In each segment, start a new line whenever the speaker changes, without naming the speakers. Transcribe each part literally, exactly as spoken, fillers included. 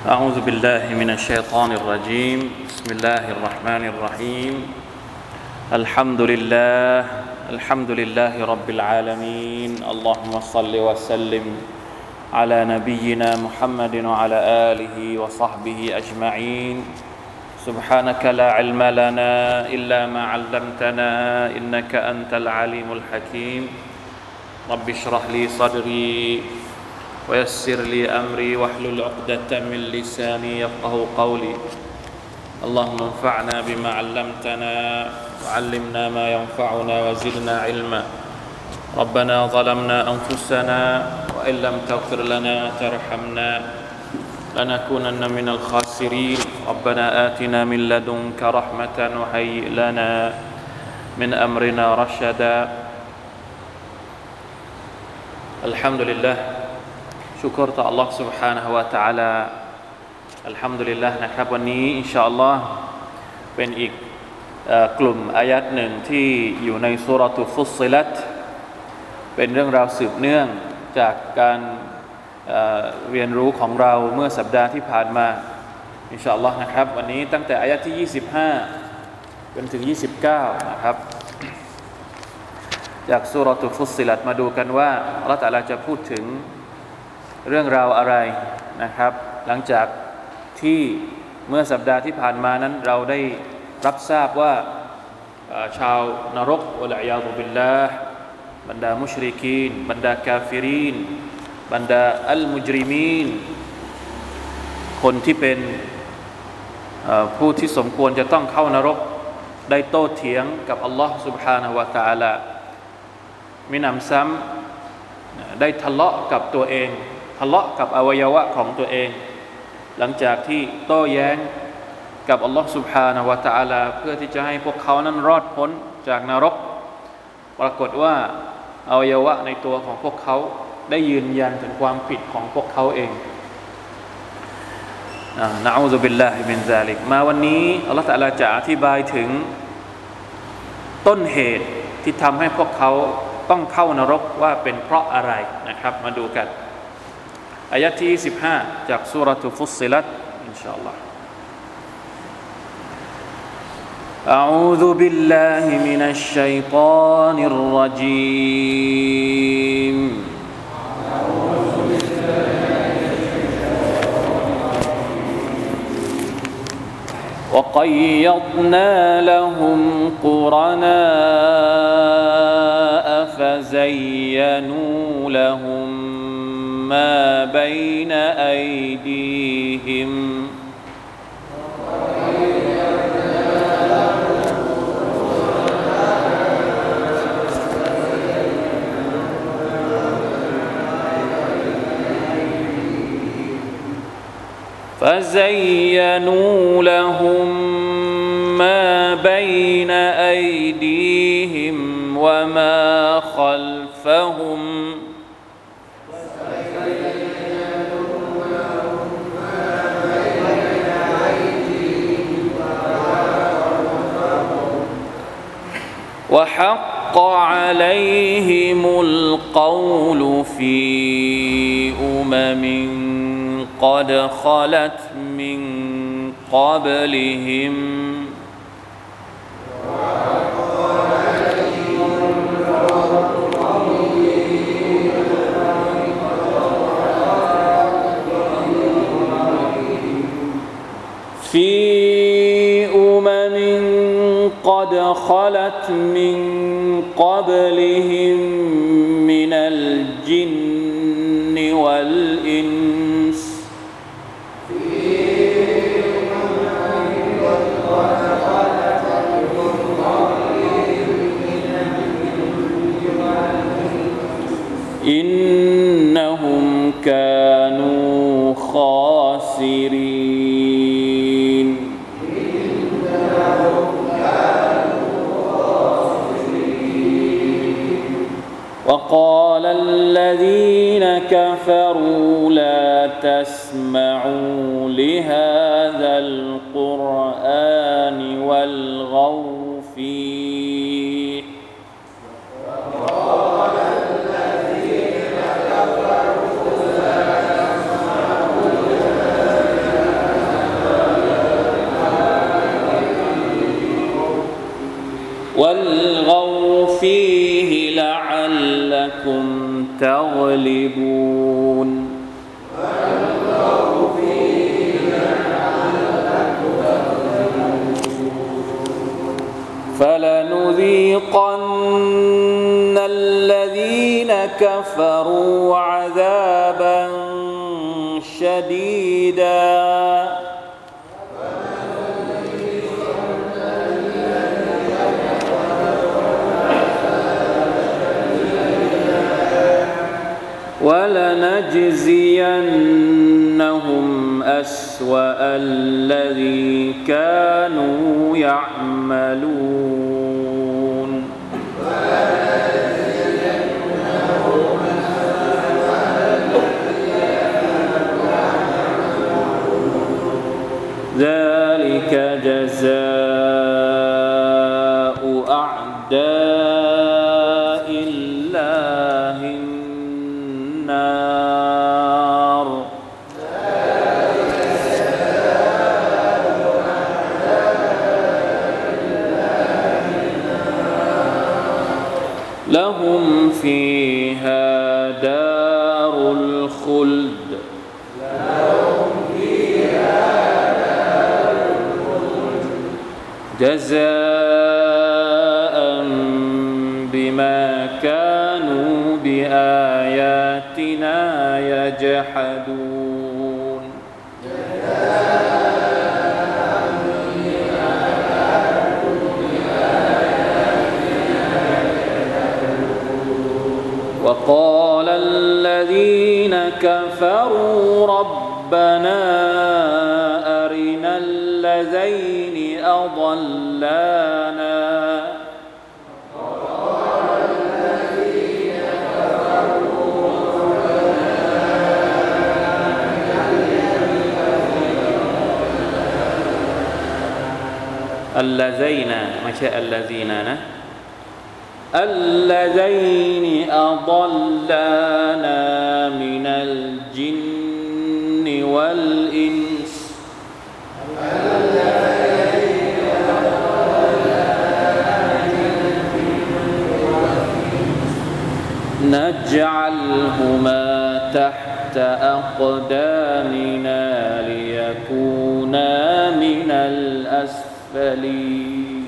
أعوذ بالله من الشيطان الرجيم بسم الله الرحمن الرحيم الحمد لله الحمد لله رب العالمين اللهم صل وسلم على نبينا محمد وعلى آله وصحبه أجمعين سبحانك لا علم لنا إلا ما علمتنا إنك أنت العليم الحكيم رب اشرح لي صدري ويسر لي أمري واحلل عقدة من لساني يفقهوا قولي اللهم انفعنا بما علمتنا وعلمنا ما ينفعنا وزدنا علما ربنا ظلمنا أنفسنا وإن لم تغفر لنا ترحمنا لنكونن من الخاسرين ربنا آتنا من لدنك رحمة وهيئ لنا من أمرنا رشدا الحمد للهชุกรต่อ Allah سبحانه และ تعالى อัลฮัมดุลิลลาห์นะครับวันนี้อินชาอัลลอฮ์เป็นอีกกลุ่มอายัดหนึ่งที่อยู่ในซูเราะตุฟุศซิลัตเป็นเรื่องราวสืบเนื่องจากการเอ่อเรียนรู้ของเราเมื่อสัปดาห์ที่ผ่านมาอินชาอัลลอฮ์นะครับวันนี้ตั้งแต่อายัดที่ยี่สิบห้าจนถึงยี่สิบเก้านะครับจากซูเราะตุฟุศซิลัตมาดูกันว่าอัลเลาะห์ตะอาลาจะพูดถึงเรื่องราวอะไรนะครับหลังจากที่เมื่อสัปดาห์ที่ผ่านมานั้นเราได้รับทราบว่าชาวนรกวะลัยยาซุบิลลาห์บรรดามุชริกีนบรรดากาฟิรีนบรรดาอัลมุจริมีนคนที่เป็นผู้ที่สมควรจะต้องเข้านรกได้โต้เถียงกับอัลลอฮ์ سبحانه และ تعالى มิหนำซ้ำได้ทะเลาะกับตัวเองทะเลาะกับอวัยวะของตัวเองหลังจากที่โต้แย้งกับอัลลอฮฺ سبحانه และ تعالى เพื่อที่จะให้พวกเขานั้นรอดพ้นจากนรกปรากฏว่าอวัยวะในตัวของพวกเขาได้ยืนยันถึงความผิดของพวกเขาเองนะอูซุบิลลาฮิมินซาลิกมาวันนี้อัลลอฮฺ تعالى จะอธิบายถึงต้นเหตุที่ทำให้พวกเขาต้องเข้านรกว่าเป็นเพราะอะไรนะครับมาดูกันอายะที่สิบห้าจากซูเราะตุฟุศซิลัตอินชาอัลลอฮ์ أعوذ بالله من الشيطان الرجيم وقيضنا لهم قرناء فزينوا لهم ما بين أيديهم فزينوا لهم ما بين أيديهم وما خلفهم وحق عليهم القول في أمم قد خلت من قبلهم في أمم قد خلت من قبلهم من الجن والإنس إنهم كانوا خاسرين وقال الذين كفروا لا تسمعوا لهذا القرآن والغوا فيه تغلبون فلنذيقن الذين كفروا عذابا شديدا ولنجزينهم أسوأ الذي كانوا يعملون ذلك جزاء أعداء الله النار لهم فيها دار الخلد جزاء بما كانوا بآياتنا يجحدون وقال الذين كفروا ربنا أرنا الذين أضلانا اللذين ما شاء الذينนะاللذين أضلانا من الجن والإنس نجعلهما تحت أقدامنا ليكونا من الأسفلين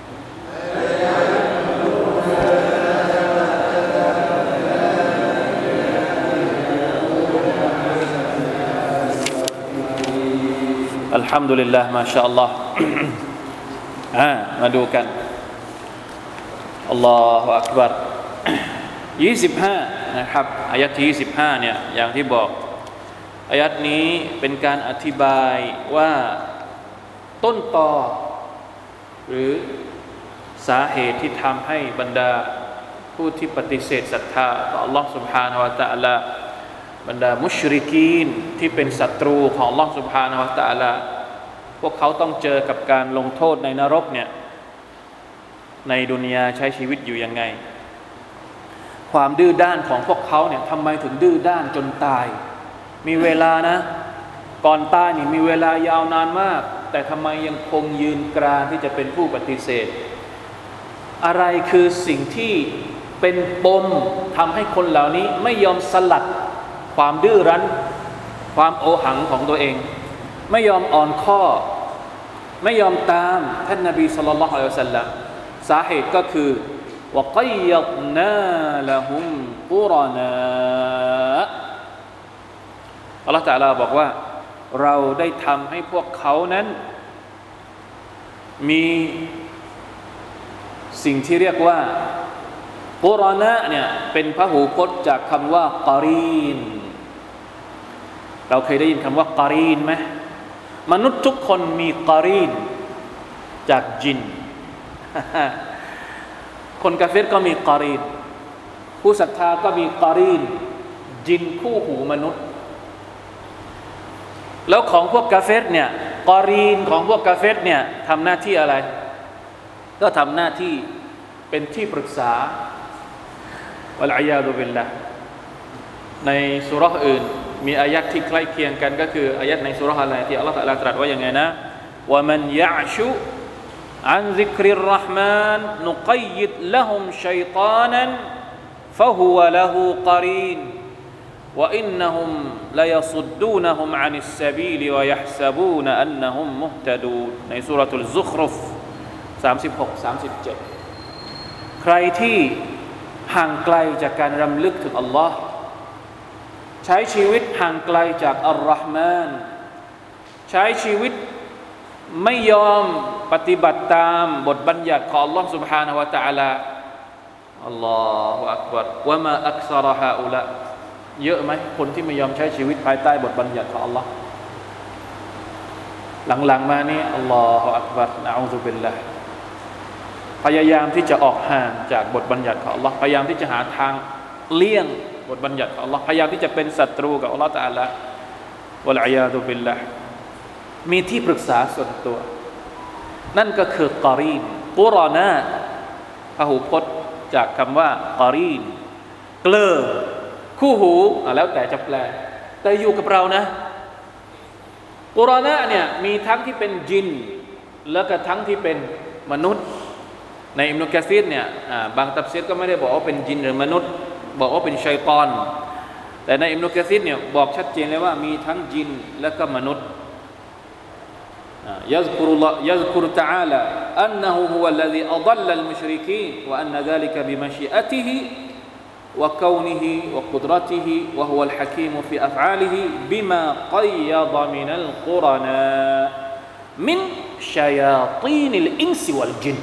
الحمد لله ما شاء الله อ่ามาดูกันอัลลอฮฺอักบัรยี่สิบห้านะครับอายะที่ยี่สิบห้าเนี่ยอย่างที่บอกอายะนี้เป็นการอธิบายว่าต้นตอหรือสาเหตุที่ทำให้บรรดาผู้ที่ปฏิเสธศรัทธาต่อ Allah Subhanahu Wa Taala บรรดามุชริกีนที่เป็นศัตรูของ Allah Subhanahu Wa Taala พวกเขาต้องเจอกับการลงโทษในนรกเนี่ยในดุนยาใช้ชีวิตอยู่ยังไงความดื้อด้านของพวกเขาเนี่ยทำไมถึงดื้อด้านจนตายมีเวลานะก่อนตายนี่มีเวลายาวนานมากแต่ทำไมยังคงยืนกรานที่จะเป็นผู้ปฏิเสธอะไรคือสิ่งที่เป็นปมทำให้คนเหล่านี้ไม่ยอมสลัดความดื้อรั้นความโอหังของตัวเองไม่ยอมอ่อนข้อไม่ยอมตามท่านนบีศ็อลลัลลอฮุอะลัยฮิวะซัลลัมสาเหตุก็คือوَقَيَّضْنَا لَهُمْ قُرَنَاءَ อัลเลาะห์ตะอาลาบอกว่าเราได้ทำให้พวกเขานั้นมีสิ่งที่เรียกว่ากุรนะเนี่ยเป็นพหูพจน์จากคำว่ากอรีนเราเคยได้ยินคำว่ากอรีนไหมมนุษย์ทุกคนมีกอรีนจากจินคนกาเฟรก็มีกอรีนผู้ศรัทธาก็มีกอรีนจินคู่หูมนุษย์แล้วของพวกกาเฟรเนี่ยกอรีนของพวกกาเฟรเนี่ยทำหน้าที่อะไรก็ทำหน้าที่เป็นที่ปรึกษาวัลอียาดุบิลละห์ในซูเราะห์อื่นมีอายัดที่ใกล้เคียงกันก็คืออายัดในซูเราะห์อะไรที่อัลเลาะห์ตะอาลาตรัสว่าอย่างไงนะวะมันยะชุอันซิกริรเราะห์มานนุกัยยิดละฮุมชัยฏอนัน فهو له قرين وإنهم ليصدونهم عن السبيل ويحسبون أنهم مهتدون ในซูเราะตุลซุครุฟสามสิบหก สามสิบเจ็ดใครที่ห่างไกลจากการรำลึกถึงอัลลอฮ์ใช้ชีวิตห่างไกลจากอัลลอฮ์มานใช้ชีวิตไม่ยอมปฏิบัติตามบทบัญญัติของอัลลอฮ์ سبحانه และ تعالى อัลลอฮฺอักบัรวะมาอักษรฮาอุละเยอะไหมคนที่ไม่ยอมใช้ชีวิตภายใต้บทบัญญัติของอัลลอฮ์หลังๆมานี่อัลลอฮฺอักบัรนะอูซุบิลลาห์พยายามที่จะออกห่างจากบทบัญญัติของอัลลอฮ์พยายามที่จะหาทางเลี่ยงบทบัญญัติของอัลลอฮ์พยายามที่จะเป็นศัตรูกับอัลลอฮ์ตะอาลาวะลอียาซุบิลลาห์มีที่ปรึกษาส่วนตัวนั่นก็คือกอรีนกุรอนาพหูพจน์จากคำว่ากอรีนเกลอคู่หูแล้วแต่จะแปลแต่อยู่กับเรานะกุรอนาเนี่ยมีทั้งที่เป็นจินแล้วก็ทั้งที่เป็นมนุษย์ในอิบนุกะซีรเนี่ยบางตัฟซีรก็ไม่ได้บอกว่าเป็นจินหรือมนุษย์บอกว่าเป็นชัยฏอนแต่ในอิบนุกะซีรเนี่ยบอกชัดเจนเลยว่ามีทั้งจินและก็มนุษย์يذكر الله يذكر تعالى أنه هو الذي أضل المشركين وأن ذلك بمشيئته وكونه وقدرته وهو الحكيم في أفعاله بما قيض من القرناء من شياطين الإنس والجن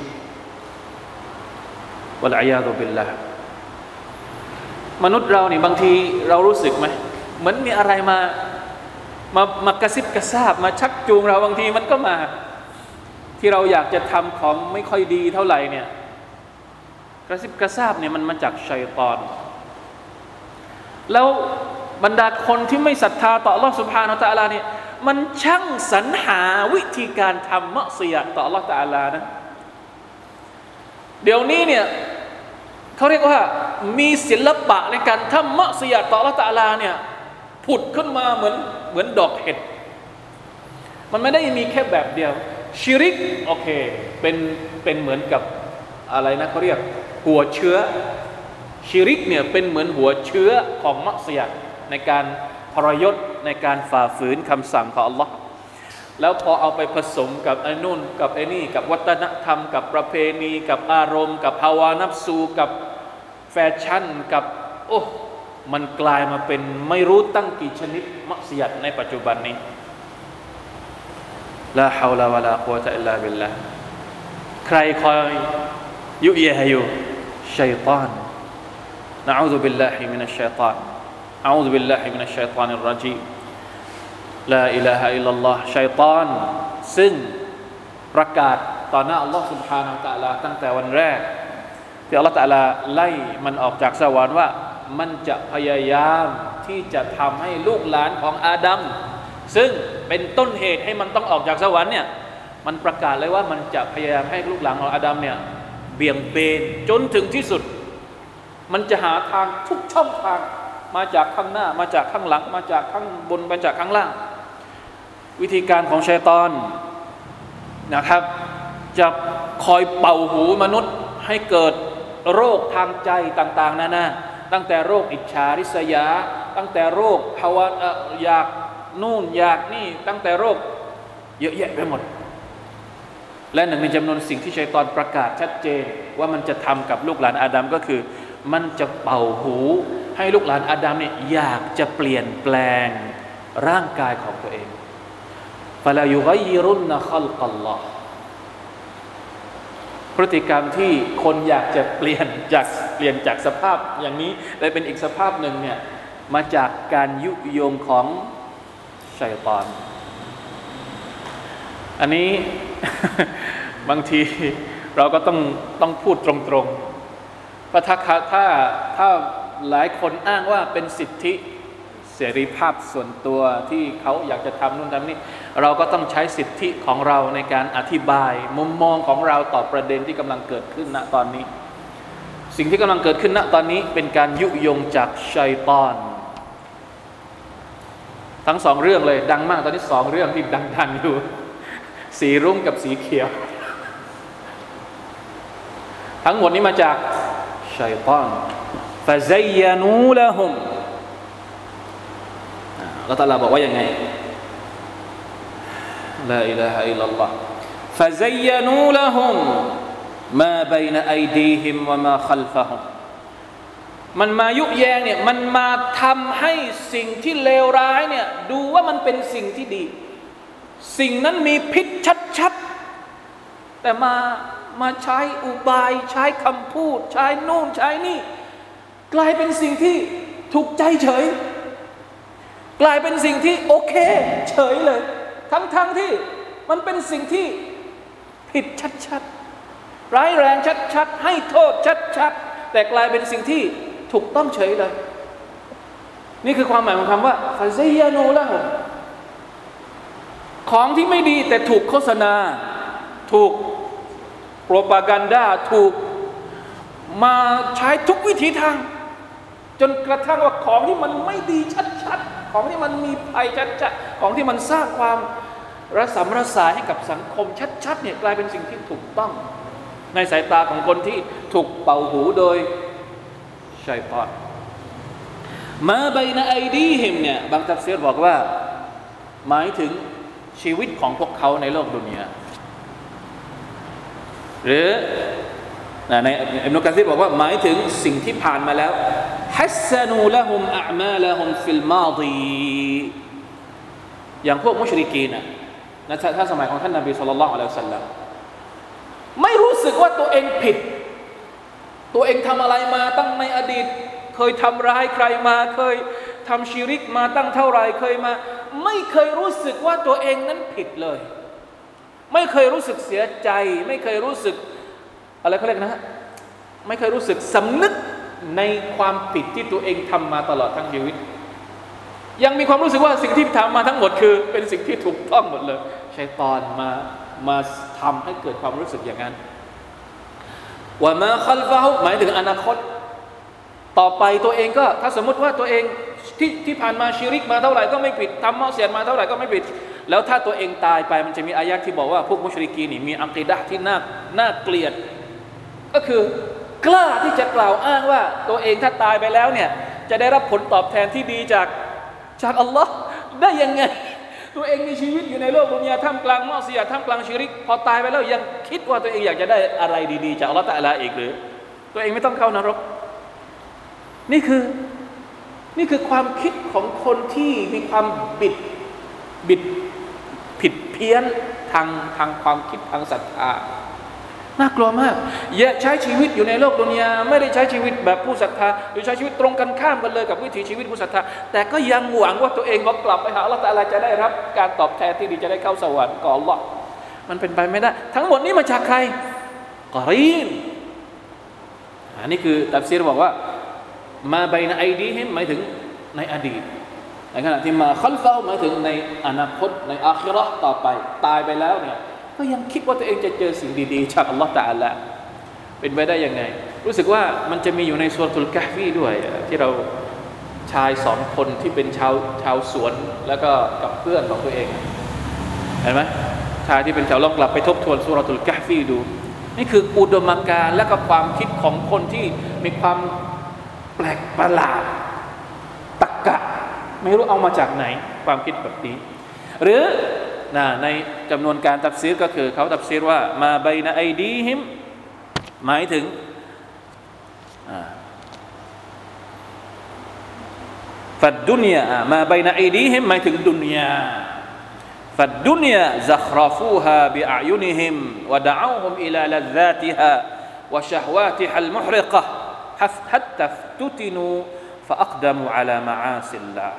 والعياذ بالله มนุษย์เรานี่บางทีเรารู้สึกไหมเหมือนมีอะไรมามามากระซิบกระซาบมาชักจูงเราบางทีมันก็มาที่เราอยากจะทำของไม่ค่อยดีเท่าไหร่เนี่ยกระซิบกระซาบเนี่ยมันมาจากชัยฏอนแล้วบรรดาคนที่ไม่ศรัทธาต่ออัลเลาะห์ซุบฮานะฮูวะตะอาลาเนี่ยมันช่างสรรหาวิธีการทำมะซิยะห์ต่ออัลเลาะห์ตะอาลานะเดี๋ยวนี้เนี่ยเขาเรียกว่ามีศิลปะในการทำมะซิยะห์ต่ออัลเลาะห์ตะอาลาเนี่ยผุดขึ้นมาเหมือนเหมือนดอกเห็ดมันไม่ได้มีแค่แบบเดียวชิริกโอเคเป็นเป็นเหมือนกับอะไรนะเขาเรียกหัวเชื้อชิริกเนี่ยเป็นเหมือนหัวเชื้อของมักซิยะห์ในการทรยศในการฝ่าฝืนคำสั่งของอัลลอฮ์แล้วพอเอาไปผสมกับไอ้นู่นกับไอ้นี่กับวัฒนธรรมกับประเพณีกับอารมณ์กับภาวะนัฟซูกับแฟชั่นกับโอ้มันกลายมาเป็นไม่รู้ตั้งกี่ชนิดมักซิยะห์ในปัจจุบันนี้ลาฮาวลาวะลากุวะตะอิลลาบิลลาห์ใครคอยยุยะฮอยู่ชัยฏอนนะอูซุบิลลาฮิมินัชชัยฏอนอะอูซุบิลลาฮิมินัชชัยฏอนิรเราะญีมลาอิลาฮะอิลลัลลอฮ์ชัยฏอนซึ่งประกาศต่อหน้าอัลลอฮ์ سبحانه และ تعالى ตั้งแต่วันแรกที่อัลลอฮ์ تعالى ไล่มันออกจากสวรรค์ว่ามันจะพยายามที่จะทำให้ลูกหลานของอาดัมซึ่งเป็นต้นเหตุให้มันต้องออกจากสวรรค์เนี่ยมันประกาศเลยว่ามันจะพยายามให้ลูกหลานของอาดัมเนี่ยเบี่ยงเบนจนถึงที่สุดมันจะหาทางทุกช่องทางมาจากข้างหน้ามาจากข้างหลังมาจากข้างบนมาจากข้างล่างวิธีการของชัยฏอนนะครับจะคอยเป่าหูมนุษย์ให้เกิดโรคทางใจต่างๆนานาตั้งแต่โรคอิจฉาริษยาตั้งแต่โรคภาวะอยากนู่นอยากนี่ตั้งแต่โรคเยอะแยะไปหมดและหนึ่งในจำนวนสิ่งที่ชัยฏอนประกาศชัดเจนว่ามันจะทำกับลูกหลานอาดัมก็คือมันจะเป่าหูให้ลูกหลานอาดัมเนี่ยอยากจะเปลี่ยนแปลงร่างกายของตัวเองฟะลายุฆัยยิรุนคัลกัลลอฮ์พฤติกรรมที่คนอยากจะเปลี่ยนจากเปลี่ยนจากสภาพอย่างนี้ไปเป็นอีกสภาพหนึ่งเนี่ยมาจากการยุยงของชัยฏอนอันนี้ บางทีเราก็ต้องต้องพูดตรงๆเพราะถ้าถ้าถ้าหลายคนอ้างว่าเป็นสิทธิเสรีภาพส่วนตัวที่เขาอยากจะทำนู่นทำนี่เราก็ต้องใช้สิทธิของเราในการอธิบายมุมมองของเราต่อประเด็นที่กำลังเกิดขึ้นณตอนนี้สิ่งที่กำลังเกิดขึ้นณตอนนี้เป็นการยุยงจากชัยฏอนทั้งสองเรื่องเลยดังมากตอนนี้สองเรื่องที่ดังๆอยู่สีรุ้งกับสีเขียวทั้งหมดนี้มาจากชัยฏอน فزينوا لهم อัลเลาะห์ตะอาลาบอกว่ายังไงลาอิลาฮะอิลลัลลอฮ فزينوا لهم ما بين أيديهم وما خلفهم มันมายุแยงเนี่ยมันมาทำให้สิ่งที่เลวร้ายเนี่ยดูว่ามันเป็นสิ่งที่ดีสิ่งนั้นมีพิษชัดๆแต่มามาใช้อุบายใช้คำพูดใช้นู่นใช้นี่กลายเป็นสิ่งที่ถูกใจเฉยกลายเป็นสิ่งที่โอเคเฉยเลยทั้งๆ ท, ที่มันเป็นสิ่งที่ผิดชัดๆร้ายแรงชัดๆให้โทษชัดๆแต่กลายเป็นสิ่งที่ถูกต้องเฉยเลยนี่คือความหมายของคำว่าฟาซิยานูละฮุมของที่ไม่ดีแต่ถูกโฆษณาถูกโปรปากันดาถูกมาใช้ทุกวิธีทางจนกระทั่งว่าของที่มันไม่ดีชัดๆของที่มันมีภัยชัดๆของที่มันสร้างความระสำระสายให้กับสังคมชัดๆเนี่ยกลายเป็นสิ่งที่ถูกต้องในสายตาของคนที่ถูกเป่าหูโดยชัยฏอนมาบัยนะไอดีฮิมเนี่ยบางตัฟซีรบอกว่าหมายถึงชีวิตของพวกเขาในโลกดุนยาหรือในอิบนุกะซีรบอกว่าหมายถึงสิ่งที่ผ่านมาแล้วฮัสซานูละฮุมอะอ์มาละฮุมฟิลมาดีอย่างพวกมุชริกีนนะถ้าสมัยของท่านนบีศ็อลลัลลอฮุอะลัยฮิวะซัลลัมไม่รู้สึกว่าตัวเองผิดตัวเองทำอะไรมาตั้งในอดีตเคยทำร้ายใครมาเคยทำชิริกมาตั้งเท่าไหร่เคยมาไม่เคยรู้สึกว่าตัวเองนั้นผิดเลยไม่เคยรู้สึกเสียใจไม่เคยรู้สึกอะไรเขาเรียกนะฮะไม่เคยรู้สึกสำนึกในความผิดที่ตัวเองทำมาตลอดทั้งชีวิตยังมีความรู้สึกว่าสิ่งที่ทำมาทั้งหมดคือเป็นสิ่งที่ถูกต้องหมดเลยชัยฏอนมามาทำให้เกิดความรู้สึกอย่างนั้นว่ามาคัลฟะฮุหมายถึงอนาคตต่อไปตัวเองก็ถ้าสมมติว่าตัวเองที่ที่ผ่านมาชิริกมาเท่าไหร่ก็ไม่ผิดทำมะเสียดมาเท่าไหร่ก็ไม่ผิดแล้วถ้าตัวเองตายไปมันจะมีอายะห์ที่บอกว่าพวกมุชริกีนนี่มีอักีดะห์ที่น่าน่าเกลียดก็คือกล้าที่จะกล่าวอ้างว่าตัวเองถ้าตายไปแล้วเนี่ยจะได้รับผลตอบแทนที่ดีจากจากอัลลอฮ์ได้ยังไงตัวเองมีชีวิตอยู่ในโลกดุนยาท่ามกลางมะเสียดท่ามกลางชิริกพอตายไปแล้วยังคิดว่าตัวเองอยากจะได้อะไรดีๆจากอัลลอฮ์ตะอาลาอีกหรือตัวเองไม่ต้องเข้านรกนี่คือนี่คือความคิดของคนที่มีความบิดบิดผิดเพี้ยนทางทางความคิดทางศรัทธาน่ากลัวมากอย่าใช้ชีวิตอยู่ในโลกดุนยาไม่ได้ใช้ชีวิตแบบผู้ศรัทธาหรือใช้ชีวิตตรงกันข้ามกันเลยกับวิถีชีวิตผู้ศรัทธาแต่ก็ยังหวังว่าตัวเองพอกลับไปหาอัลเลาะห์ตะอาลาจะได้รับการตอบแทนที่ดีจะได้เข้าสวรรค์กับอัลเลาะห์มันเป็นไปไม่ได้ทั้งหมดนี้มาจากใครกอรีนอันนี้คือตัฟซีรบอกว่ามาบัยนะไอดีฮิมหมายถึงในอดีตในขณะที่มาคัลฟะฮุหมายถึงในอนาคตในอาคิเราะห์ต่อไปตายไปแล้วเนี่ยก็ยังคิดว่าตัวเองจะเจอสิ่งดีๆจากอัลเลาะห์ตะอาลาเป็นไปได้ยังไงรู้สึกว่ามันจะมีอยู่ในซูเราะตุลกะฮฟีด้วยที่เราชายสองคนที่เป็นชาวชาวสวนแล้วก็กับเพื่อนของตัวเองเห็นไหมชายที่เป็นชาวลองกลับไปทบทวนซูเราะตุลกะฮฟีดูนี่คืออุดมการณ์และก็ความคิดของคนที่มีความแปลกประหลาดตรรกะไม่รู้เอามาจากไหนความคิดแบบนี้หรือนะในจำนวนการตัฟซีรก็คือเขาตัฟซีรว่ามาบัยนะไอดีฮิมหมายถึงฟัดดุนยามาบัยนะไอดีฮิมหมายถึงดุนยาฟัดดุนยาซัคราฟูฮาบิอายุนิฮิมวะดะอูฮุมอิลาลัซซาติฮาวะชะฮวาติฮัลมุฮริกะฮ์حتى افتتنوا فأقدموا على معاصي الله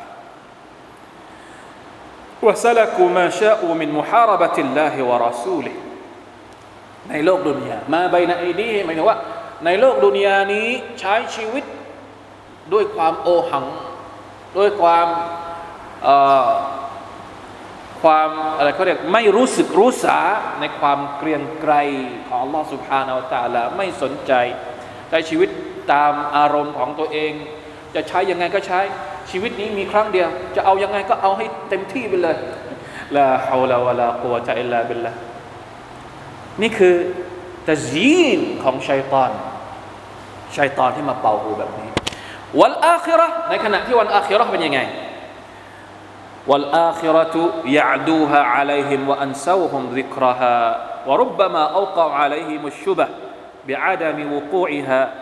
وسلكوا ما شاءوا من محاربة الله ورسوله ในโลกดุนยามาบัยนะไอดีหมายถึงว่าในโลกดุนยานี้ใช้ชีวิตด้วยความโอหังด้วยความเอ่อความอะไรเขาเรียกไม่รู้สึกรู้สาในความเกรียงไกรของอัลลอฮฺ سبحانه และ تعالى ไม่สนใจใช้ชีวิตตามอารมณ์ของตัวเองจะใช้ยังไงก็ใช้ชีวิตนี้มีครั้งเดียวจะเอายังไงก็เอาให้เต็มที่ไปเลยลาฮาวลาวะลากุวะตะอิลลาบิลลาห์นี่คือตะซีนของชัยฏอนชัยฏอนที่มาเป่าหูแบบนี้วัลอาคิเราะห์ในขณะที่วันอาคิเราะห์เป็นยังไงวัลอาคิเราะตุยะดูฮาอะลัยฮิมวะอันซาวฮุมซิกราฮาวะรุบบะมาอัลกออะลัยฮิมุชชุบะฮ์บิอะดะมิวุกูอิฮา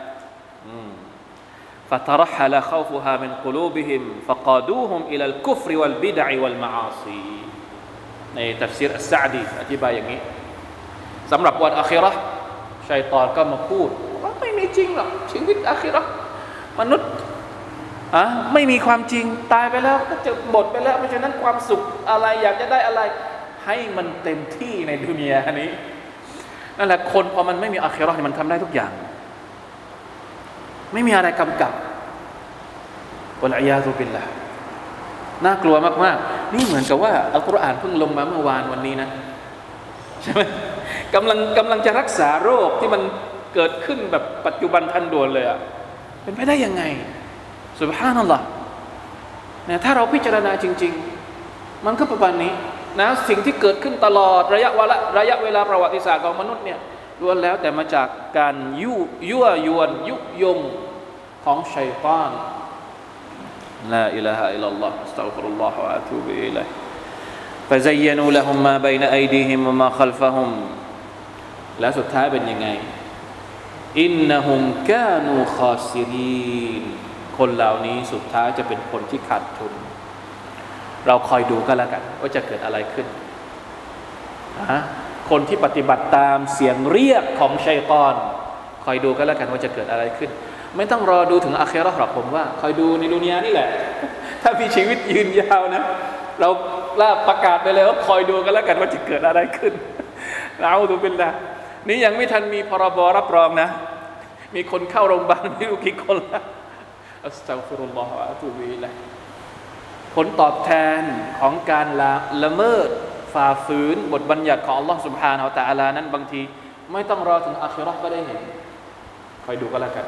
فترحل خوفها من قلوبهم فقادوهم إلى الكفر والبدع والمعاصي ในตัฟซีรอัสซะอ์ดีอธิบายอย่างนี้สำหรับวันอาคิเราะห์ชัยฏอนก็มาพูดว่าไม่มีจริงหรอกชีวิตอาคิเราะห์มนุษย์อ่ะไม่มีความจริงตายไปแล้วก็จะหมดไปแล้วเพราะฉะนั้นความสุขอะไรอยากจะได้อะไรให้มันเต็มที่ในดุนยานี้นั่นแหละคนพอมันไม่มีอาคิเราะห์มันทำได้ทุกอย่างไม่มีอะไรกำกับวัลอียาซุบิลลาห์น่ากลัวมากๆนี่เหมือนกับว่าอัลกุรอานเพิ่งลงมาเมื่อวานวันนี้นะใช่ไหมกำลังกำลังจะรักษาโรคที่มันเกิดขึ้นแบบปัจจุบันทันด่วนเลยอ่ะเป็นไปได้ยังไงซุบฮานัลลอฮ์เนี่ยถ้าเราพิจารณาจริงๆมันก็ประมาณนี้นะสิ่งที่เกิดขึ้นตลอดระยะเวลาระยะเวลาประวัติศาสตร์ของมนุษย์เนี่ยล้วนแล้วแต่มาจากการยุยั่วยวนยุยงของชัยฏอนลาอิลาฮะอิลลัลลอฮ์อัสตัฆฟิรุลลอฮะวะอะตูบุอิลัยฮิฟะซัยยะนูละฮุมมาบัยนะอัยดีฮิมวะมาคัลฟะฮุมแล้วสุดท้ายเป็นยังไงอินนะฮุมกานูคอซิรีนคนเหล่านี้สุดท้ายจะเป็นคนที่ขาดทุนเราคอยดูกันแล้วกันว่าจะเกิดอะไรขึ้นฮะคนที่ปฏิบัติตามเสียงเรียกของชัยฏอนคอยดูกันแล้วกันว่าจะเกิดอะไรขึ้นไม่ต้องรอดูถึงอาคิเราะห์หรอกผมว่าคอยดูในดุนยานี่แหละถ้ามีชีวิตยืนยาวนะเราลาประกาศไปเลยว่าคอยดูกันแล้วกันว่าจะเกิดอะไรขึ้นเราดูเป็นละนี่ยังไม่ทันมีพรบรับรองนะมีคนเข้าโรงพยาบาลไม่รู้กี่คนละอัสตัฆฟิรุลลอฮะวะอะตูบุอิลัยฮิผลตอบแทนของการละละเมิดฝ่าฝืนบทบัญญัติของอัลลอฮฺ سبحانه และ تعالى นั้นบางทีไม่ต้องรอถึงอาคิเราะห์ก็ได้เห็นคอยดูกันแล้วกัน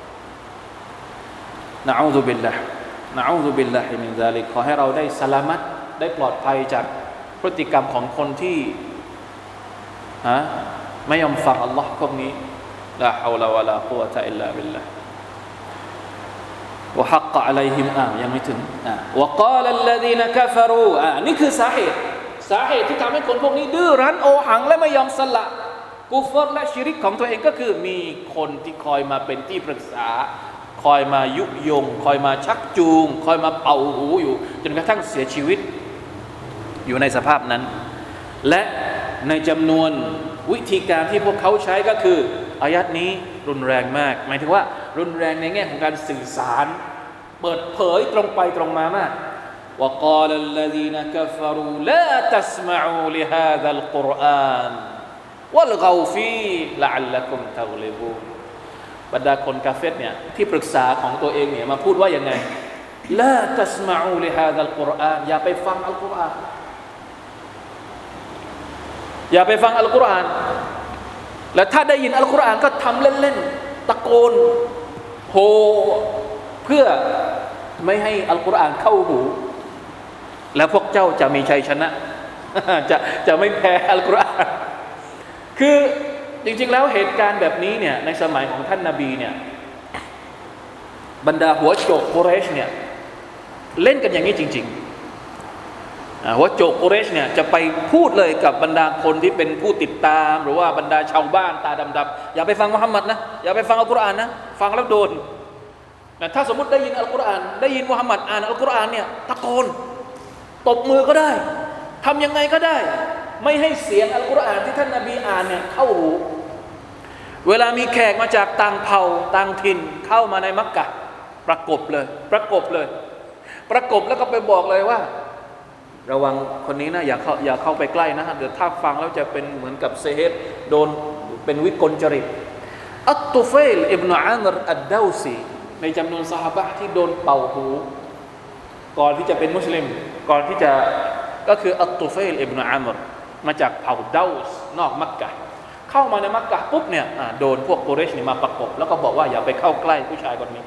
นะอูซุบิลลาห์นะอูซุบิลลาฮิมินซาลิกขอให้เราได้สลามัตได้ปลอดภัยจากพฤติกรรมของคนที่ฮะไม่ยอมฟังอัลลอฮ์พวกนี้ลาฮาวลาวะลากุวะตะอิลลาบิลลาห์วะฮักกะอะลัยฮิมอ่ะยังไม่ถึงอ่ะวะกาลัลลซีนะกัฟรูอ่ะนี่คือสาเหตุสาเหตุที่ทำให้คนพวกนี้ดื้อรั้นโอหังและไม่ยอมสละกุฟรและชิริกของตัวเองก็คือมีคนที่คอยมาเป็นที่ปรึกษาคอยมายุยงคอยมาชักจูงคอยมาเป่าหูอยู่จนกระทั่งเสียชีวิตอยู่ในสภาพนั้นและในจำนวนวิธีการที่พวกเขาใช้ก็คืออายัดนี้รุนแรงมากหมายถึงว่ารุนแรงในแง่ของการสื่อสารเปิดเผยตรงไปตรงมามากوقال الذين كفروا لا تسمعوا لهذا القرآن والغوا فيه لعلكم تغلبون บรรดาคนกาเฟรเนี่ยที่ปรึกษาของตัวเองเนี่ยมาพูดว่ายังไง لا تسمعوا لهذا القرآن อย่าไปฟังอัลกุรอานอย่าไปฟังอัลกุรอานและถ้าได้ยินอัลกุรอานก็ทำเล่นๆตะโกนโฮเพื่อไม่ให้อัลกุรอานเข้าหูแล้วพวกเจ้าจะมีชัยชนะ จะจะไม่แพ้อัลกุรอานคือจริงๆแล้วเหตุการณ์แบบนี้เนี่ยในสมัยของท่านนบีเนี่ยบรรดาหัวโจกกุเรชเนี่ยเล่นกันอย่างนี้จริงๆหัวโจกกุเรชเนี่ยจะไปพูดเลยกับบรรดาคนที่เป็นผู้ติดตามหรือว่าบรรดาชาวบ้านตาดำๆอย่าไปฟังมุฮัมมัดนะอย่าไปฟังอัลกุรอานนะฟังแล้วโดนแต่ถ้าสมมติได้ยินอัลกุรอานได้ยินมุฮัมมัดอ่านอัลกุรอานเนี่ยตะโกนตบมือก็ได้ทำยังไงก็ได้ไม่ให้เสียงอัลกุรอานที่ท่านนบีอ่านเนี่ยเข้าหูเวลามีแขกมาจากต่างเผ่าต่างถิ่นเข้ามาในมักกะประกบเลยประกบเลยประกบแล้วก็ไปบอกเลยว่าระวังคนนี้นะอย่าเข้าอย่าเข้าไปใกล้นะเดี๋ยวถ้าฟังแล้วจะเป็นเหมือนกับเซฮ์โดนเป็นวิกลจริตอัตตุฟัยลอิบนุอามิรอัดดาวซีในจำนวนซอฮาบะห์ที่โดนเป่าหูก่อนที่จะเป็นมุสลิมก่อนที่จะก็คืออัตตุฟัยลอิบนุอามิรมาจากเผ่าดาวส์นอกมักกะเข้ามาในมักกะปุ๊บเนี่ยโดนพวกกุเรชนี่มาประกบแล้วก็บอกว่าอย่าไปเข้าใกล้ผู้ชายคนนี้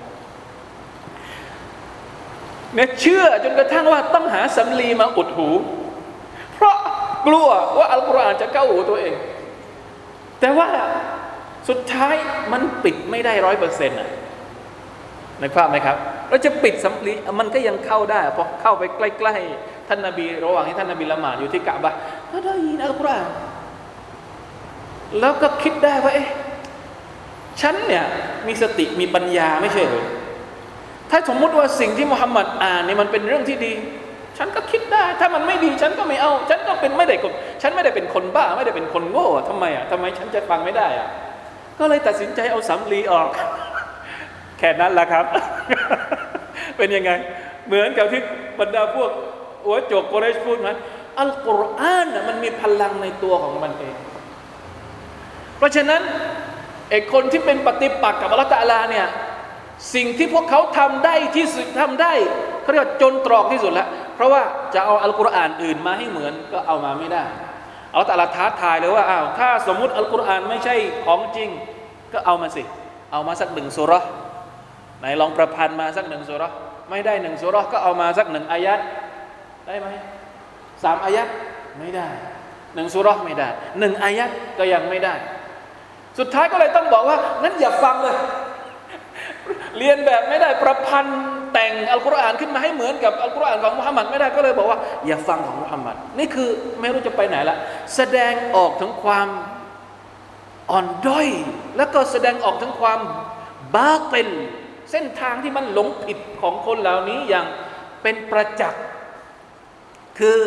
เนี่ยเชื่อจนกระทั่งว่าต้องหาสำลีมาอุดหูเพราะกลัวว่าอัลกุรอานจะเข้าหูตัวเองแต่ว่าสุดท้ายมันปิดไม่ได้ร้อยเปอร์เซ็นต์อ่ะ
นึกภาพไหมครับเราจะปิดสำลีมันก็ยังเข้าได้พอเข้าไปใกล้ๆท่านนบีระหว่างที่ท่านนบีละหมาดอยู่ที่กะบะห์ก็ได้ยินอัลกุรอานแล้วก็คิดได้ว่าเอ๊ะฉันเนี่ยมีสติมีปัญญาไม่ใช่เหรอถ้าสมมุติว่าสิ่งที่มุฮัมมัดอ่านเนี่ยมันเป็นเรื่องที่ดีฉันก็คิดได้ถ้ามันไม่ดีฉันก็ไม่เอาฉันก็เป็นไม่ได้คนฉันไม่ได้เป็นคนบ้าไม่ได้เป็นคนโง่ทำไมอ่ะทำไมฉันจะฟังไม่ได้อ่ะก็เลยตัดสินใจเอาสำลีออกแค่นั้นแหละครับ เป็นยังไงเหมือนกับที่บรรดาพวกหัวโจกโกเรชพูดนั้นอัลกุรอานน่ะมันมีพลังในตัวของมันเองเพราะฉะนั้นไอ้คนที่เป็นปฏิปักษ์กับอัลเลาะห์ตะอาลาเนี่ยสิ่งที่พวกเขาทำได้ที่สุดทำได้เขาเรียกว่าจนตรอกที่สุดแล้วเพราะว่าจะเอาอัลกุรอานอื่นมาให้เหมือนก็เอามาไม่ได้อัลเลาะห์ตะอาลาท้าทายเลยว่าอ้าวถ้าสมมุติอัลกุรอานไม่ใช่ของจริงก็เอามาสิเอามาสักหนึ่งซูเราะห์ไหนลองประพันธ์มาสักหนึ่งซูเราะห์ไม่ได้หนึ่งซูเราะห์ก็เอามาสักหนึ่งอายะห์ได้ไหมสามอายะห์ไม่ได้หนึ่งซูเราะห์ไม่ได้หนึ่งอายะห์ก็ยังไม่ได้สุดท้ายก็เลยต้องบอกว่างั้นอย่าฟังเลยเรียนแบบไม่ได้ประพันธ์แต่งอัลกุรอานขึ้นมาให้เหมือนกับอัลกุรอานของมุฮัมมัดไม่ได้ก็เลยบอกว่าอย่าฟังของมุฮัมมัดนี่คือไม่รู้จะไปไหนละแสดงออกถึงความอ่อนด้อยแล้วก็แสดงออกถึงความบาติลเส้นทางที่มันหลงผิดของคนเหล่านี้อย่างเป็นประจักษ์คือ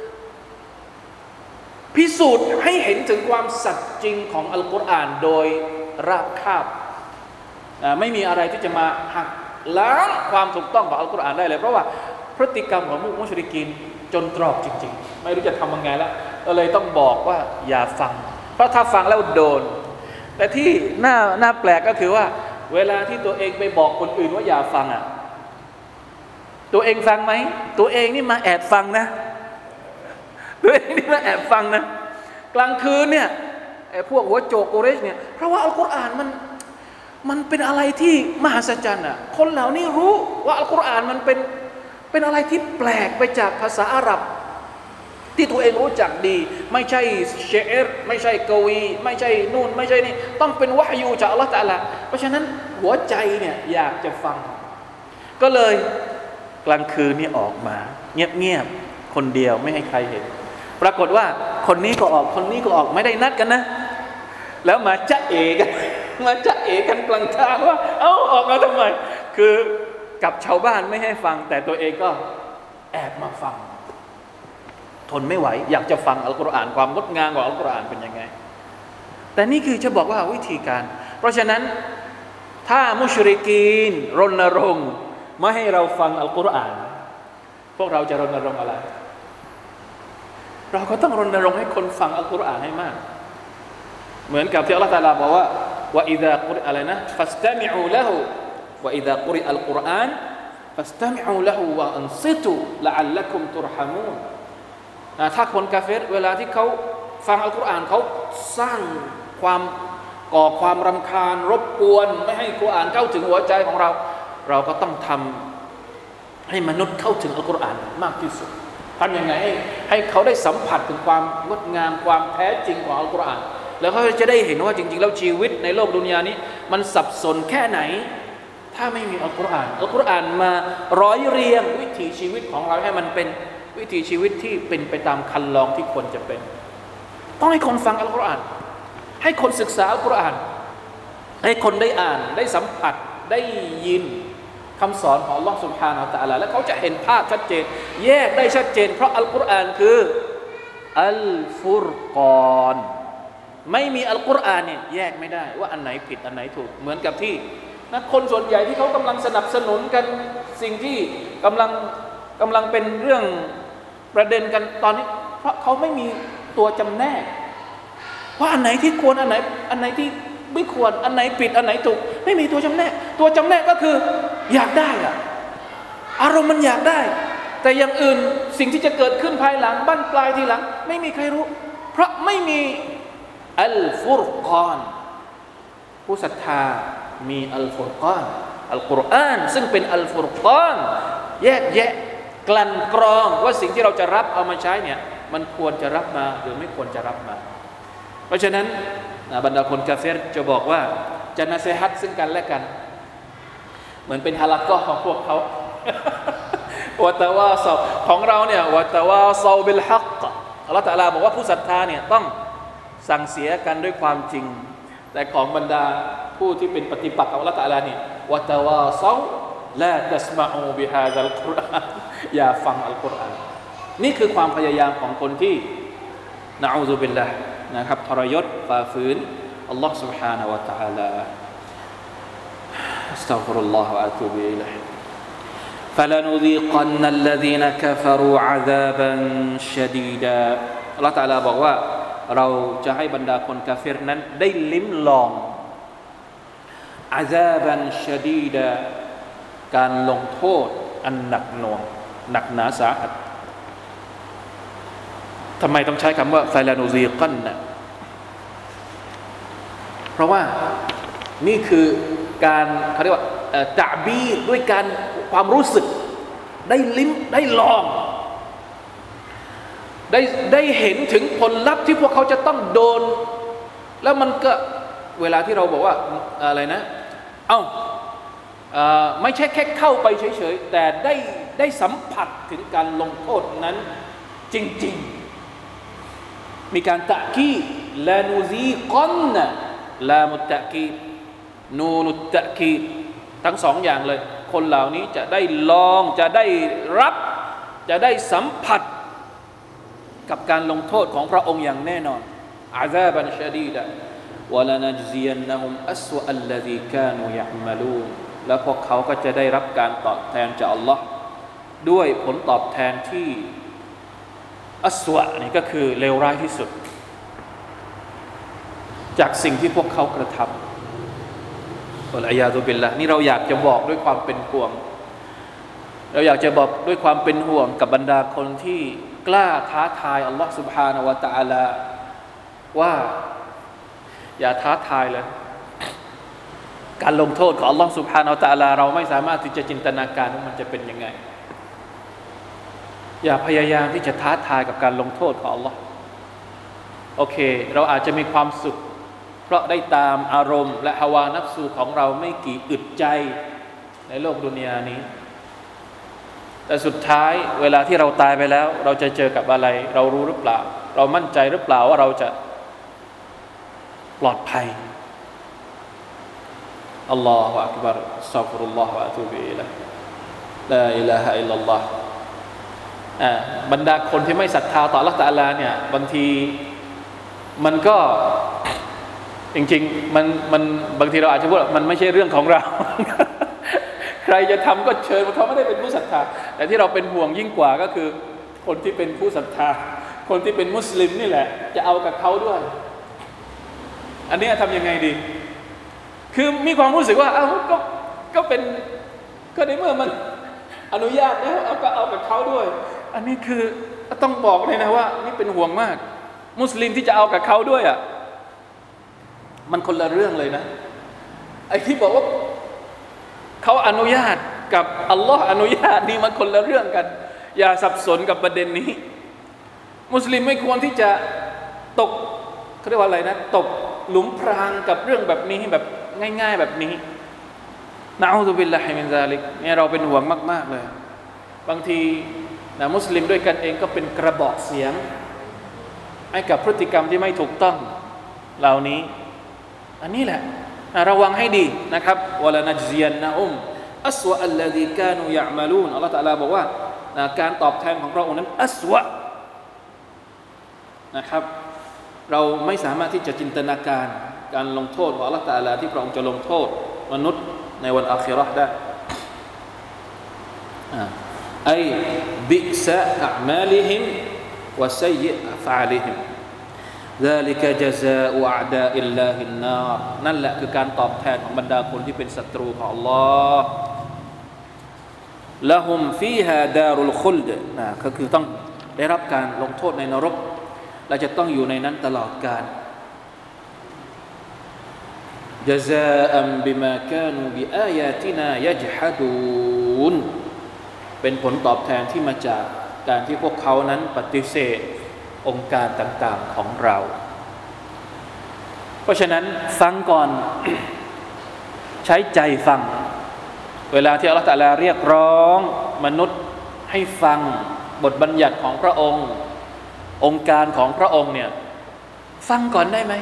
พิสูจน์ให้เห็นถึงความสัตย์จริงของอัลกุรอานโดยราบคาบไม่มีอะไรที่จะมาหักล้างความถูกต้องของอัลกุรอานได้เลยเพราะว่าพฤติกรรมของมุมุชริกีนจนตรอกจริงๆไม่รู้จะทำยังไงแล้วก็เลยต้องบอกว่าอย่าฟังเพราะถ้าฟังแล้วโดนแต่ที่น่าน่าแปลกก็คือว่าเวลาที่ตัวเองไปบอกคนอื่นว่าอย่าฟังอ่ะตัวเองฟังไหมตัวเองนี่มาแอบฟังนะตัวเองนี่มาแอบฟังนะกลางคืนเนี่ยไอ้พวกหัวโจกโกเรชเนี่ยเพราะว่าอัลกุรอานมันมันเป็นอะไรที่มหัศจรรย์อ่ะคนเหล่านี้รู้ว่าอัลกุรอานมันเป็นเป็นอะไรที่แปลกไปจากภาษาอาหรับที่ตัวเองรู้จักดีไม่ใช่เชอร์ไม่ใช่กวีไม่ใช่นู่นไม่ใช่นี่ต้องเป็นวะฮยูจากอัลเลาะห์ตะอาลาเพราะฉะนั้นหัวใจเนี่ยอยากจะฟังก็เลยกลางคืนนี่ออกมาเงียบๆคนเดียวไม่ให้ใครเห็นปรากฏว่าคนนี้ก็ออกคนนี้ก็ออกไม่ได้นัดกันนะแล้วมาจ๊ะเอกันมาจ๊ะเอกันกลางทางว่าเอ้าออกมาทำไมคือกับชาวบ้านไม่ให้ฟังแต่ตัวเองก็แอบมาฟังทนไม่ไหวอยากจะฟังอัลกุรอานความงดงามของอัลกุรอานเป็นยังไงแต่นี่คือจะบอกว่าวิธีการเพราะฉะนั้นถ้ามุชริกีนรณรงค์ไม่ให้เราฟังอัลกุรอานพวกเราจะรณรงค์อะไรเราก็ต้องรณรงค์ให้คนฟังอัลกุรอานให้มากเหมือนกับที่อัลเลาะห์ตะอาลาบอกว่าวะอิซากุรอะไรนะฟัสตะมิอูละฮูวะอิซากุริอัลกุรอานฟัสตะมิอูละฮูวะอันซิตุละอัลลักุมตุรฮะมูนถ้าคนกาเฟรเวลาที่เขาฟังอัลกุรอานเขาสร้างความก่อความรำคาญรบกวนไม่ให้กุรอานเข้าถึงหัวใจของเราเราก็ต้องทำให้มนุษย์เข้าถึงอัลกุรอานมากที่สุดทำยังไงให้ให้เขาได้สัมผัสถึงความงดงามความแท้จริงของอัลกุรอานแล้วเขาจะได้เห็นว่าจริงๆแล้วชีวิตในโลกดุนยานี้มันสับสนแค่ไหนถ้าไม่มีอัลกุรอานอัลกุรอานมาร้อยเรียงวิถีชีวิตของเราให้มันเป็นวิถีชีวิตที่เป็นไปตามคันลองที่ควรจะเป็นต้องให้คนฟังอัลกุรอานให้คนศึกษาอัลกุรอานให้คนได้อ่านได้สัมผัสได้ยินคำสอนของอัลลอฮฺซุบฮานะฮูวะตะอาลาแล้วเขาจะเห็นภาพชัดเจนแยกได้ชัดเจนเพราะอัลกุรอานคืออัลฟุรกอนไม่มีอัลกุรอานเนี่ยแยกไม่ได้ว่าอันไหนผิดอันไหนถูกเหมือนกับที่นะคนส่วนใหญ่ที่เขากำลังสนับสนุนกันสิ่งที่กำลังกำลังเป็นเรื่องประเด็นกันตอนนี้เพราะเขาไม่มีตัวจำแนกว่าอันไหนที่ควรอันไหนอันไหนที่ไม่ควรอันไหนผิดอันไหนถูกไม่มีตัวจำแนกตัวจำแนกก็คืออยากได้อะอารมณ์มันอยากได้แต่อย่างอื่นสิ่งที่จะเกิดขึ้นภายหลังบั้นปลายทีหลังไม่มีใครรู้เพราะไม่มีอัลฟุรกอนผู้ศรัทธามีอัลฟุรกอนอัลกุรอานซึ่งเป็นอัลฟุรกอนแยกแยะกลั่นกรองว่าสิ่งที่เราจะรับเอามาใช้เนี่ยมันควรจะรับมาหรือไม่ควรจะรับมาเพราะฉะนั้นบรรดาคนกาเฟรจะบอกว่าจะนะซีฮัตซึ่งกันและกันเหมือนเป็นฮาลักะห์ของพวกเขาวะตะวาซอของเราเนี่ยวะตะวาซอบิลฮักอัลเลาะห์ตะอาลาบอกว่าผู้ศรัทธาเนี่ยต้องสั่งเสียกันด้วยความจริงแต่ของบรรดาผู้ที่เป็นปฏิปักษ์กับอัลเลาะห์ตะอาลานี่วะตะวาซอลาตัสมะอูบิฮาซัลกุรอานอย่าฟังอัลกุรอานนี่คือความพยายามของคนที่นะอูซุบิลลาห์นะครับทรยศฝ่าฝืนอัลลอฮ์ سبحانه และ تعالى อัสตัฆฟิรุลลอฮ์วะอะตูบุอิลัยฮิفلنذيقن الذين كفروا عذابا شديدا อัลเลาะห์ตะอาลาบอกว่าเราจะให้บรรดาคนกาเฟรนั้นได้ลิ้มลองอาซาบันชะดีดะการลงโทษอันหนักหน่วงหนักหนาสาหัสทำไมต้องใช้คำว่าฟาลานูซีกันนะเพราะว่านี่คือการเขาเรียกว่าตะบีดด้วยการความรู้สึกได้ลิ้มได้ลองได้ได้เห็นถึงผลลัพธ์ที่พวกเขาจะต้องโดนแล้วมันก็เวลาที่เราบอกว่าอะไรนะเอ้าเอ่อไม่ใช่แค่เข้าไปเฉยๆแต่ได้ได้สัมผัสถึงการลงโทษนั้นจริงๆมีการตะกีลานูซีกอนนะลามุตตะกีนูนุตตะกีทั้งสองอย่างเลยคนเหล่านี้จะได้ลองจะได้รับจะได้สัมผัสกับการลงโทษของพระองค์อย่างแน่นอนอาซาบันชะดีดะวะลานัจซิยันนะฮุมอัสวะอัลลซีกานูยะอ์มะลูนแล้วพวกเขาก็จะได้รับการตอบแทนจากอัลลอฮ์ด้วยผลตอบแทนที่อัสวะนี่ก็คือเลวร้ายที่สุดจากสิ่งที่พวกเขากระทำอัลอยาซุบิลละนี่เราอยากจะบอกด้วยความเป็นห่วงเราอยากจะบอกด้วยความเป็นห่วงกับบรรดาคนที่กล้าท้าทายอัลลอฮ์ سبحانه และ تعالى ว่าอย่าท้าทายเลยการลงโทษของอัลลอฮ์ سبحانه และ تعالى เราไม่สามารถที่จะจินตนาการว่ามันจะเป็นยังไงอย่าพยายามที่จะท้าทายกับการลงโทษของอัลลอฮ์โอเคเราอาจจะมีความสุขเพราะได้ตามอารมณ์และฮาวานัฟซูของเราไม่กี่อึดใจในโลกดุนยานี้แต่สุดท้ายเวลาที่เราตายไปแล้วเราจะเจอกับอะไรเรารู้หรือเปล่าเรามั่นใจหรือเปล่าว่าเราจะปลอดภัยอัลลอฮฺอักบัรอัสตัฆฟิรุลลอฮฺวะอะตูบิอิลัยฮิลาอิลาฮะอิลลัลลอฮฺอ่าบรรดาคนที่ไม่ศรัทธาต่ออัลเลาะห์ตะอาลาเนี่ยบางทีมันก็จริงๆมันมันบางทีเราอาจจะพูดว่ามันไม่ใช่เรื่องของเรา ใครจะทำก็เชิญเขาไม่ได้เป็นผู้ศรัทธาแต่ที่เราเป็นห่วงยิ่งกว่าก็คือคนที่เป็นผู้ศรัทธาคนที่เป็นมุสลิมนี่แหละจะเอากับเขาด้วยอันนี้ทำยังไงดีคือมีความรู้สึกว่าเอ้าก็ก็เป็นก็ในเมื่อมันอนุญาตแล้วเอาก็เอากับเขาด้วยอันนี้คือต้องบอกเลยนะว่านี่เป็นห่วงมากมุสลิมที่จะเอากับเขาด้วยอ่ะมันคนละเรื่องเลยนะไอ้ที่บอกว่าเขาอนุญาตกับอัลลอฮ์อนุญาตนี่มันคนละเรื่องกันอย่าสับสนกับประเด็นนี้มุสลิมไม่ควรที่จะตกเขาเรียกว่าอะไรนะตกหลุมพรางกับเรื่องแบบนี้แบบง่ายๆแบบนี้นะอูซุบิลลาฮิมินซาลิกเนี่ยเราเป็นห่วงมากๆเลยบางทีนะมุสลิมด้วยกันเองก็เป็นกระบอกเสียงให้กับพฤติกรรมที่ไม่ถูกต้องเหล่านี้อันนี้แหละระวังให้ดีนะครับวะลานัจซิยันนะฮุมอัสวะอัลลซีกานูยะอ์มะลูนอัลเลาะห์ตะอาลาบอกว่าการตอบแทนของพระองค์นั้นอัสวะนะครับเราไม่สามารถที่จะจินตนาการการลงโทษของอัลเลาะห์ตะอาลาที่พระองค์จะลงโทษมนุษย์ในวันอาคิเราะห์ได้ไอ้บิซะอะอ์มาลิฮิมวะซัยยิอะฟะอลิฮิมذلك جزاء أعداء الله النار นั่นแหละคือการตอบแทนของบรรดาคนที่เป็นศัตรูของอัลลอฮ์ละฮุมฟีฮาดารุลคุลดนะก็คือต้องได้รับการลงโทษในนรกและจะต้องอยู่ในนั้นตลอดกาล جزاء بما كانوا بآياتنا يجحدون เป็นผลตอบแทนที่มาจากการที่พวกเขานั้นปฏิเสธองค์การต่างๆของเราเพราะฉะนั้นฟังก่อน ใช้ใจฟังเวลาที่อัลเลาะห์ตะอาลาเรียกร้องมนุษย์ให้ฟังบทบัญญัติของพระองค์องค์การของพระองค์เนี่ยฟังก่อนได้ไหม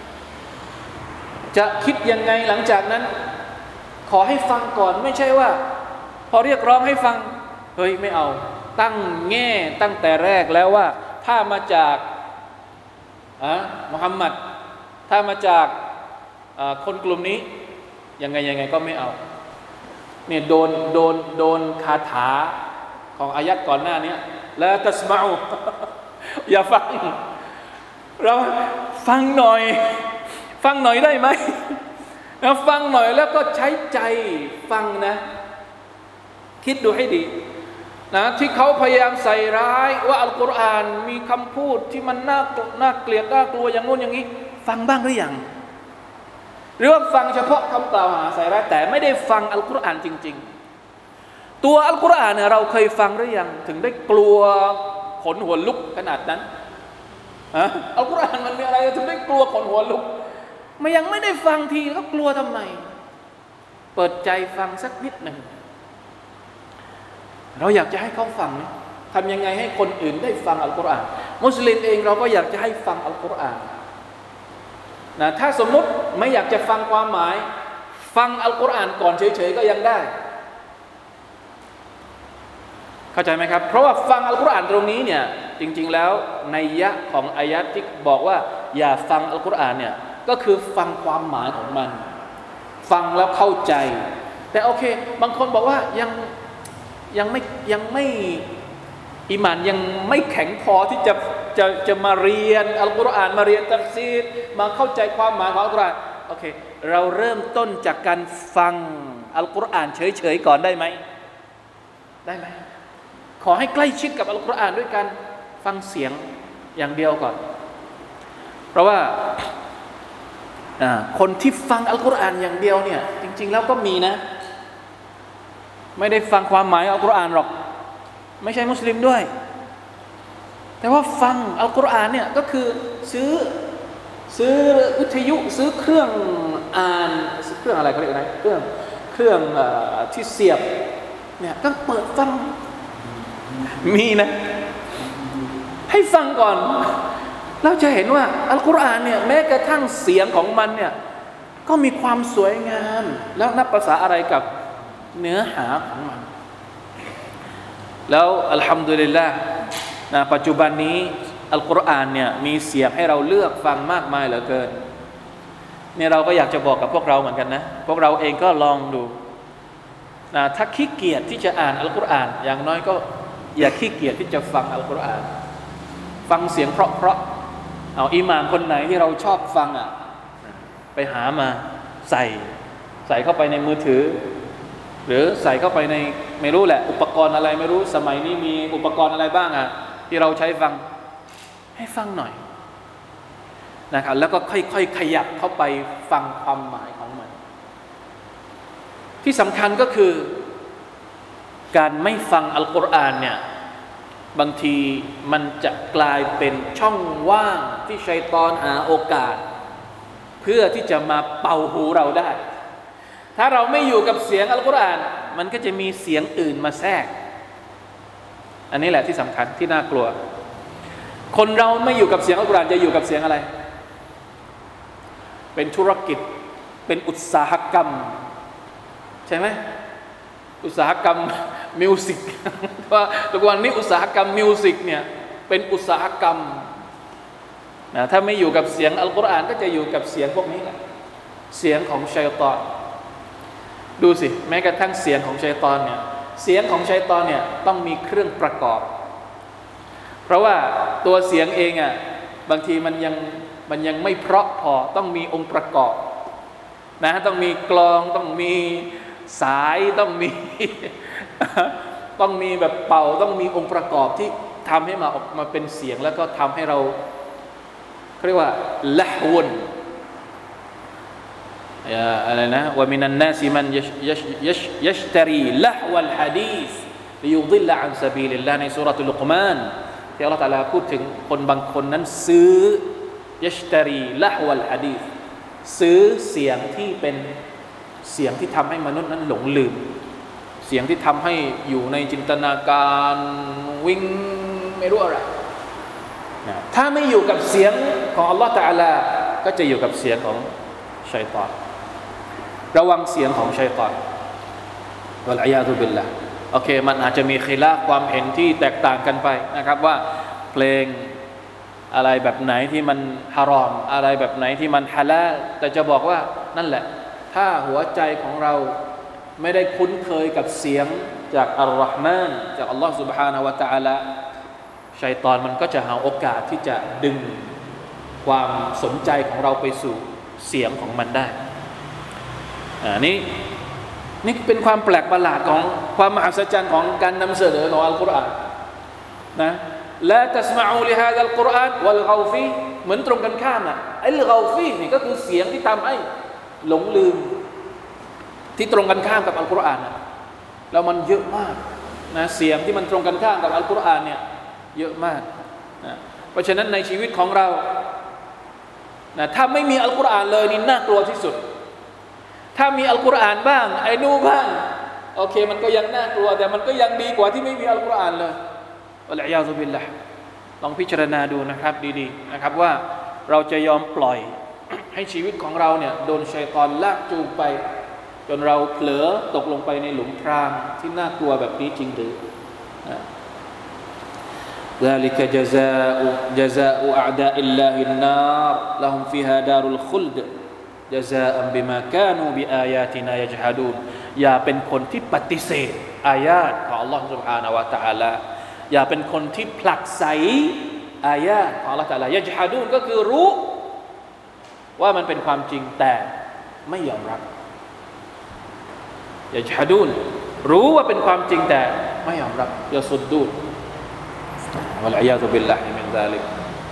จะคิดยังไงหลังจากนั้นขอให้ฟังก่อนไม่ใช่ว่าพอเรียกร้องให้ฟังเฮ้ยไม่เอาตั้งแง่ตั้งแต่แรกแล้วว่าถ้ามาจากอะมุฮัมมัดถ้ามาจากคนกลุ่มนี้ยังไงยังไงก็ไม่เอาเนี่ยโดนโดนโดนคาถาของอายัดก่อนหน้านี้ละตัสมาอูอย่าฟังเราฟังหน่อยฟังหน่อยได้ไหมนะฟังหน่อยแล้วก็ใช้ใจฟังนะคิดดูให้ดีนะที่เขาพยายามใส่ร้ายว่าอัลกุรอานมีคำพูดที่มันน่าน่าเกลียดน่ากลัวอย่างโน้นอย่างนี้ฟังบ้างหรือยังหรือว่าฟังเฉพาะคำกล่าวหาใส่ร้ายแต่ไม่ได้ฟังอัลกุรอานจริงๆตัวอัลกุรอานเนี่ยเราเคยฟังหรือยังถึงได้กลัวขนหัวลุกขนาดนั้นอะอัลกุรอานมันมีอะไรถึงได้กลัวขนหัวลุกมันยังไม่ได้ฟังทีก็กลัวทำไมเปิดใจฟังสักนิดหนึ่งเราอยากจะให้เขาฟังนะทำยังไงให้คนอื่นได้ฟังอัลกุรอานมุสลิมเองเราก็อยากจะให้ฟังอัลกุรอานนะถ้าสมมุติไม่อยากจะฟังความหมายฟังอัลกุรอานก่อนเฉยๆก็ยังได้เข้าใจไหมครับเพราะว่าฟังอัลกุรอานตรงนี้เนี่ยจริงๆแล้วนัยยะของอายะห์ที่บอกว่าอย่าฟังอัลกุรอานเนี่ยก็คือฟังความหมายของมันฟังแล้วเข้าใจแต่โอเคบางคนบอกว่ายังยังไม่ยังไม่อีหม่านยังไม่แข็งพอที่จะจะจะมาเรียนอัลกุรอานมาเรียนตัฟซีรมาเข้าใจความหมายของอัลกุรอานโอเคเราเริ่มต้นจากการฟังอัลกุรอานเฉยๆก่อนได้ไหมได้ไหมขอให้ใกล้ชิดกับอัลกุรอานด้วยการฟังเสียงอย่างเดียวก่อนเพราะว่าคนที่ฟังอัลกุรอานอย่างเดียวเนี่ยจริงๆแล้วก็มีนะไม่ได้ฟังความหมายอัลกุรอานหรอกไม่ใช่มุสลิมด้วยแต่ว่าฟังอัลกุรอานเนี่ยก็คือซื้อซื้อวิทยุซื้อเครื่องอ่านเครื่องอะไรเขาเรียกอะไรเครื่องเครื่องที่เสียบเนี่ยต้องเปิดฟังมีนะให้ฟังก่อนเราจะเห็นว่าอัลกุรอานเนี่ยแม้กระทั่งเสียงของมันเนี่ยก็มีความสวยงามแล้วนับภาษาอะไรกับเนื้อหาของมันแล้วอัลฮัมดุลิลลาห์นะปัจจุบันนี้อัลกุรอานเนี่ยมีเสียงให้เราเลือกฟังมากมายเหลือเกินเนี่ยเราก็อยากจะบอกกับพวกเราเหมือนกันนะพวกเราเองก็ลองดูนะถ้าขี้เกียจที่จะอ่านอัลกุรอานอย่างน้อยก็อย่าขี้เกียจที่จะฟังอัลกุรอานฟังเสียงเพราะๆเอาอิหม่ามคนไหนที่เราชอบฟังอ่ะไปหามาใส่ใส่เข้าไปในมือถือหรือใส่เข้าไปในไม่รู้แหละอุปกรณ์อะไรไม่รู้สมัยนี้มีอุปกรณ์อะไรบ้างอ่ะที่เราใช้ฟังให้ฟังหน่อยนะครับแล้วก็ค่อยๆขยับเข้าไปฟังความหมายของมันที่สำคัญก็คือการไม่ฟังอัลกุรอานเนี่ยบางทีมันจะกลายเป็นช่องว่างที่ชัยฏอนหาโอกาสเพื่อที่จะมาเป่าหูเราได้ถ้าเราไม่อยู่กับเสียงอัลกุรอานมันก็จะมีเสียงอื่นมาแทรกอันนี้แหละที่สำคัญที่น่ากลัวคนเราไม่อยู่กับเสียงอัลกุรอานจะอยู่กับเสียงอะไรเป็นธุรกิจเป็นอุตสาหกรรมใช่ไหมอุตสาหกรรมมิวสิกว่าทุกวันนี้อุตสาหกรรมมิวสิกเนี่ยเป็นอุตสาหกรรมนะถ้าไม่อยู่กับเสียงอัลกุรอานก็จะอยู่กับเสียงพวกนี้แหละเสียงของชัยฏอนดูสิแม้กระทั่งเสียงของชัยฏอนเนี่ยเสียงของชัยฏอนเนี่ยต้องมีเครื่องประกอบเพราะว่าตัวเสียงเองอ่ะบางทีมันยังมันยังไม่เพราะพอต้องมีองค์ประกอบนะต้องมีกลองต้องมีสายต้องมี ต้องมีแบบเป่าต้องมีองค์ประกอบที่ทำให้มาออกมาเป็นเสียงแล้วก็ทำให้เราเรียกว่าละฮวนอะไรนะว่ามินันนาซิมันยัชยัชยัชยัชตรีละฮวัลฮะดีษลิยุฎิลละอันซะบีลิลลาห์ในซูเราะตุลลุกมานที่อัลเลาะห์ตะอาลาพูดถึงคนบางคนนั้นซื้อยัชตรีละฮวัลฮะดีษซื้อเสียงที่เป็นเสียงที่ทำให้มนุษย์นั้นหลงลืมสียงที่ทำให้อยู่ในจินตนาการวิ่งไม่รู้อะไรนะถ้าไม่อยู่กับเสียงของอัลลอฮฺตะอาลาก็จะอยู่กับเสียงของชัยฏอนระวังเสียงของชัยฏอนวัลอียาซุบิลลาห์โอเคมันอาจจะมีkhiลาฟความเห็นที่แตกต่างกันไปนะครับว่าเพลงอะไรแบบไหนที่มันฮารอมอะไรแบบไหนที่มันฮาลาลแต่จะบอกว่านั่นแหละถ้าหัวใจของเราไม่ได้คุ้นเคยกับเสียงจากอัลลอฮ์มานจากอัลลอฮ์ سبحانه และ تعالى ชัยฏอนมันก็จะหาโอกาสที่จะดึงความสนใจของเราไปสู่เสียงของมันได้อ่านี่นี่เป็นความแปลกประหลาดของความมหัศจรรย์ของการนำเสนอของอัลกุรอานนะละตัสมะอูลิฮาซัลกุรอานวัลกอฟีเหมือนตรงกันข้ามอ่ะอัลกอฟีนี่ก็คือเสียงที่ทำให้หลงลืมที่ตรงกันข้ามกับอัลกุรอานนะแล้วมันเยอะมากนะเสียงที่มันตรงกันข้ามกับอัลกุรอานเนี่ยเยอะมากนะเพราะฉะนั้นในชีวิตของเรานะถ้าไม่มีอัลกุรอานเลยนี่น่ากลัวที่สุดถ้ามีอัลกุรอานบ้างไอ้นู่บ้างโอเคมันก็ยังน่ากลัวแต่มันก็ยังดีกว่าที่ไม่มีอัลกุรอานเลยอัลอียาซุบิลลาห์ลองพิจารณาดูนะครับดีๆนะครับว่าเราจะยอมปล่อยให้ชีวิตของเราเนี่ยโดนชัยฏอนลากจูงไปจนเราเผลอตกลงไปในหลุมพรางที่น่ากลัวแบบนี้จริงหรือ ذلك جزاء جزاء أعداء الله النار لهم فيها دار الخلد جزاء بما كانوا بآياتنا يجحدون อย่าเป็นคนที่ปฏิเสธอายาตของ Allah سبحانه และ تعالى อย่าเป็นคนที่ผลักไสอายาตของ Allah تعالى يجحدون ก็คือรู้ว่ามันเป็นความจริงแต่ไม่ยอมรับยะจฮะดูนรู้ว่าเป็นความจริงแต่ไม่ยอมรับยะซุดดูนวัลอียาซุบิลลาฮิมินซาลิก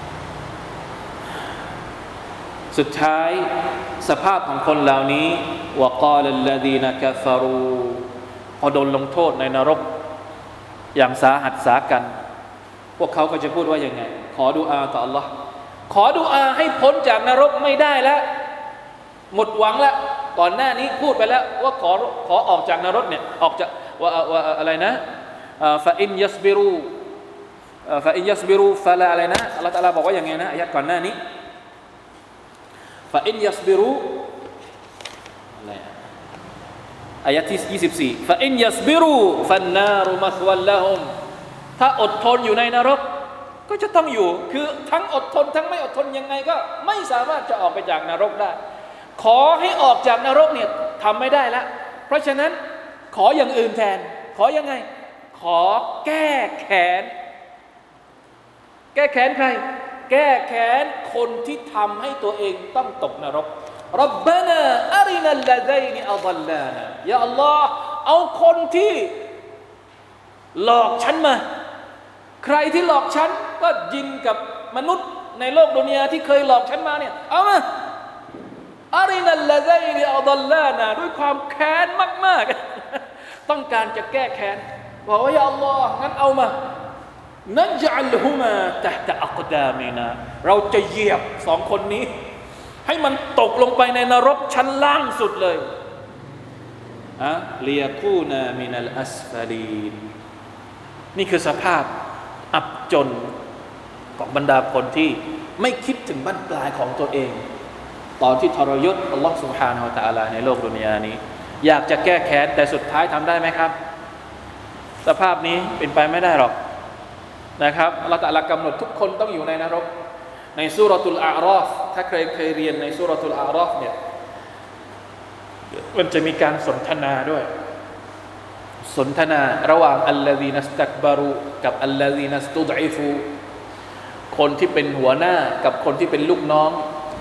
สุดท้ายสภาพของคนเหล่านี้วะกาลัลลซีนะกัฟรูพอโดนลงโทษในนรกอย่างสาหัสสากันพวกเขาก็จะพูดว่ายังไงขอดุอาต่อ Allah ขอดุอาให้พ้นจากนรกไม่ได้แล้วหมดหวังแล้วก่อนหน้านี้พูดไปแล้วว่าขอขอออกจากนรกเนี่ยออกจากว่าว่าอะไรนะฟาอินยัสบิรูฟาอินยัสบิรูฟาลาอะไรนะอัลเลาะห์ตะอาลาบอกว่าอย่างไงนะอายะห์ก่อนหน้านี้ฟาอินยัสบิรูอะไรอายะห์ที่ยี่สิบสี่ฟาอินยัสบิรูฟันนารุมัสวัลละฮุมถ้าอดทนอยู่ในนรกก็จะต้องอยู่คือทั้งอดทนทั้งไม่อดทนยังไงก็ไม่สามารถจะออกไปจากนรกได้ขอให้ออกจากนรกเนี่ยทำไม่ได้แล้วเพราะฉะนั้นขออย่างอื่นแทนขอยังไงขอแก้แค้นแก้แค้นใครแก้แค้นคนที่ทำให้ตัวเองต้องตกนรกรับบานาอารินัลลซัยนิอัฎัลลานายาอัลลอฮ์เอาคนที่หลอกฉันมาใครที่หลอกฉันก็ยินกับมนุษย์ในโลกดุนยาที่เคยหลอกฉันมาเนี่ยเอามาอารินัลลซัยนิอัฎัลลานาด้วยความแค้นมากๆต้องการจะแก้แค้นบอกว่าอย่าอัลลอฮ์งั้นเอามานัจอัลฮุมาตะฮ์ตะอักดามินาเราจะเหยียบสองคนนี้ให้มันตกลงไปในนรกชั้นล่างสุดเลยอะลิยะกูนามินัลอัสฟาลีนนี่คือสภาพอับจนของบรรดาคนที่ไม่คิดถึงบั้นปลายของตัวเองตอนที่ทรยศอัลลอฮฺ سبحانه และ تعالى ในโลกดุนยานี้อยากจะแก้แค้นแต่สุดท้ายทำได้ไหมครับสภาพนี้เป็นไปไม่ได้หรอกนะครับอัลลอฮฺ تعالى กำหนดทุกคนต้องอยู่ในนรกในซูเราะตุลอาราฟถ้าเคยเคยเรียนในซูเราะตุลอาราฟเนี่ยมันจะมีการสนทนาด้วยสนทนาระหว่างอัลลซีนัสตักบารุกับอัลลซีนัสตุฎอิฟูคนที่เป็นหัวหน้ากับคนที่เป็นลูกน้อง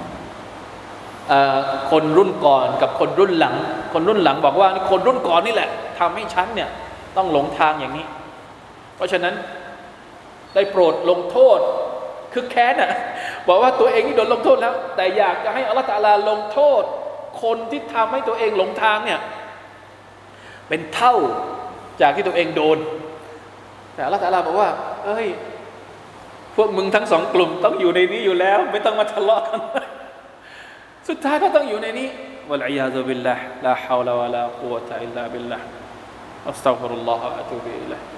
คนรุ่นก่อนกับคนรุ่นหลังคนรุ่นหลังบอกว่าคนรุ่นก่อนนี่แหละทำให้ฉันเนี่ยต้องหลงทางอย่างนี้เพราะฉะนั้นได้โปรดลงโทษคือแค้นอ่ะบอกว่าตัวเองนี่โดนลงโทษแล้วแต่อยากจะให้อัลเลาะห์ตะอาลาลงโทษคนที่ทำให้ตัวเองหลงทางเนี่ยเป็นเท่าจากที่ตัวเองโดนแต่อัลเลาะห์ตะอาลาบอกว่าเอ้ยพวกมึงทั้งสองกลุ่มต้องอยู่ในนี้อยู่แล้วไม่ต้องมาทะเลาะกันสุดท้ายก็ต้องอยู่ในนี้วัลอียาซุบิลลาห์ลาฮาวลาวะลากุวะตะอิลลาบิลลาห์อัสตัฆฟิรุลลอฮะอะตูบิอิลัยฮิ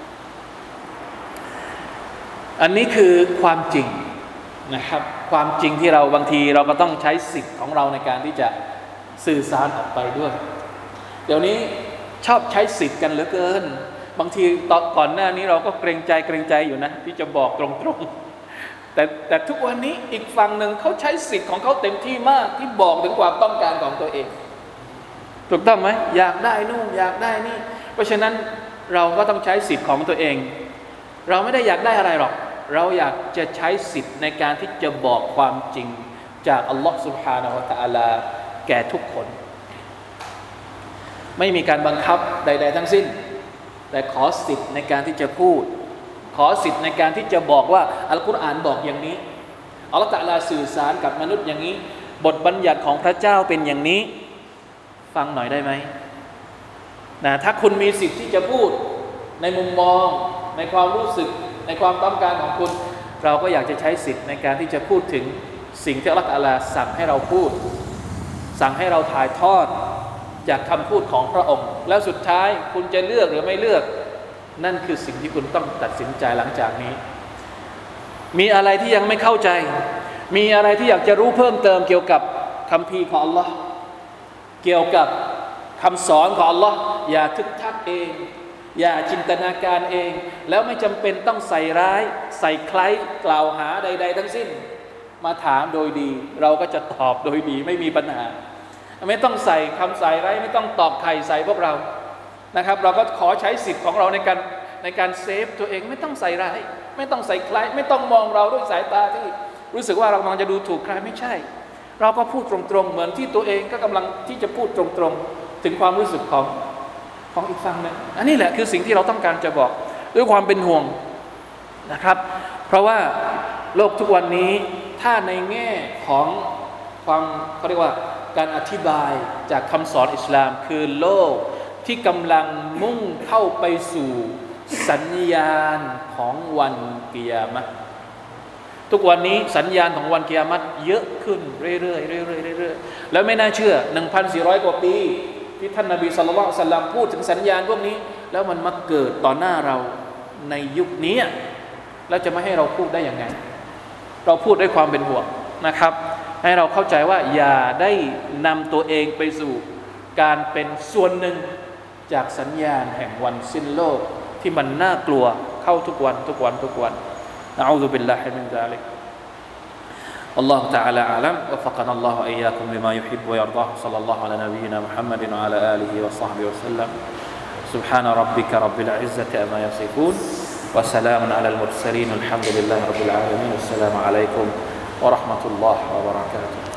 อันนี้คือความจริงนะครับความจริงที่เราบางทีเราก็ต้องใช้สิทธิ์ของเราในการที่จะสื่อสารออกไปด้วยเดี๋ยวนี้ชอบใช้สิทธิ์กันเหลือเกินบางทีตอนก่อนหน้านี้เราก็เกรงใจเกรงใจอยู่นะที่จะบอกตรงๆแต่แต่ทุกวันนี้อีกฝั่งหนึ่งเขาใช้สิทธิ์ของเขาเต็มที่มากที่บอกถึงความต้องการของตัวเองถูกต้องไหมอยากได้นู่นอยากได้นี่เพราะฉะนั้นเราก็ต้องใช้สิทธิ์ของตัวเองเราไม่ได้อยากได้อะไรหรอกเราอยากจะใช้สิทธิ์ในการที่จะบอกความจริงจากอัลลอฮฺ سبحانه และ تعالى แก่ทุกคนไม่มีการบังคับใดๆทั้งสิ้นแต่ขอสิทธิ์ในการที่จะพูดขอสิทธิ์ในการที่จะบอกว่าอัลกุรอานบอกอย่างนี้อัลลอฮฺ تعالى สื่อสารกับมนุษย์อย่างนี้บทบัญญัติของพระเจ้าเป็นอย่างนี้ฟังหน่อยได้ไหมนะถ้าคุณมีสิทธิ์ที่จะพูดในมุมมองในความรู้สึกในความต้องการของคุณเราก็อยากจะใช้สิทธิ์ในการที่จะพูดถึงสิ่งที่อัลลอฮฺตะอาลาสั่งให้เราพูดสั่งให้เราถ่ายทอดจากคำพูดของพระองค์แล้วสุดท้ายคุณจะเลือกหรือไม่เลือกนั่นคือสิ่งที่คุณต้องตัดสินใจหลังจากนี้มีอะไรที่ยังไม่เข้าใจมีอะไรที่อยากจะรู้เพิ่มเติมเกี่ยวกับคัมภีร์ของอัลลอฮ์เกี่ยวกับคำสอนของอัลลอฮ์อย่าทึกทักเองอย่าจินตนาการเองแล้วไม่จำเป็นต้องใส่ร้ายใส่ใครกล่าวหาใดๆทั้งสิ้นมาถามโดยดีเราก็จะตอบโดยดีไม่มีปัญหาไม่ต้องใส่คำใส่ร้ายไม่ต้องตอกไข่ใส่พวกเรานะครับเราก็ขอใช้สิทธิ์ของเราในการในการเซฟตัวเองไม่ต้องใส่ร้ายไม่ต้องใส่ใครไม่ต้องมองเราด้วยสายตาที่รู้สึกว่าเรากำลังจะดูถูกใครไม่ใช่เราก็พูดตรงๆเหมือนที่ตัวเองก็กำลังที่จะพูดตรงๆถึงความรู้สึกของของอีกฝั่งนึงอันนี้แหละคือสิ่งที่เราต้องการจะบอกด้วยความเป็นห่วงนะครับเพราะว่าโลกทุกวันนี้ถ้าในแง่ของความเขาเรียกว่าการอธิบายจากคำสอนอิสลามคือโลกที่กำลังมุ่งเข้าไปสู่สัญญาณของวันกิยามะห์ทุกวันนี้สัญญาณของวันกิยามะห์เยอะขึ้นเรื่อยๆเรื่อยๆเรื่อยๆแล้วไม่น่าเชื่อ หนึ่งพันสี่ร้อย กว่าปีที่ท่านนบีศ็อลลัลลอฮุอะลัยฮิวะซัลลัมพูดถึงสัญญาณพวกนี้แล้วมันมาเกิดต่อหน้าเราในยุคนี้แล้วจะไม่ให้เราพูดได้ยังไงเราพูดด้วยความเป็นห่วงนะครับให้เราเข้าใจว่าอย่าได้นำตัวเองไปสู่การเป็นส่วนหนึ่งจากสัญญาณแห่งวันสิ้นโลกที่มันน่ากลัวเข้าทุกวันทุกวันทุกวันนะอูซุบิลลาฮิมินซาลิกوالله تعالى أعلم وفقنا الله وإياكم لما يحب ويرضاه صلى الله على نبينا محمد وعلى آله وصحبه وسلم سبحان ربك رب العزة أما يصفون وسلام على المرسلين الحمد لله رب العالمين والسلام عليكم ورحمة الله وبركاته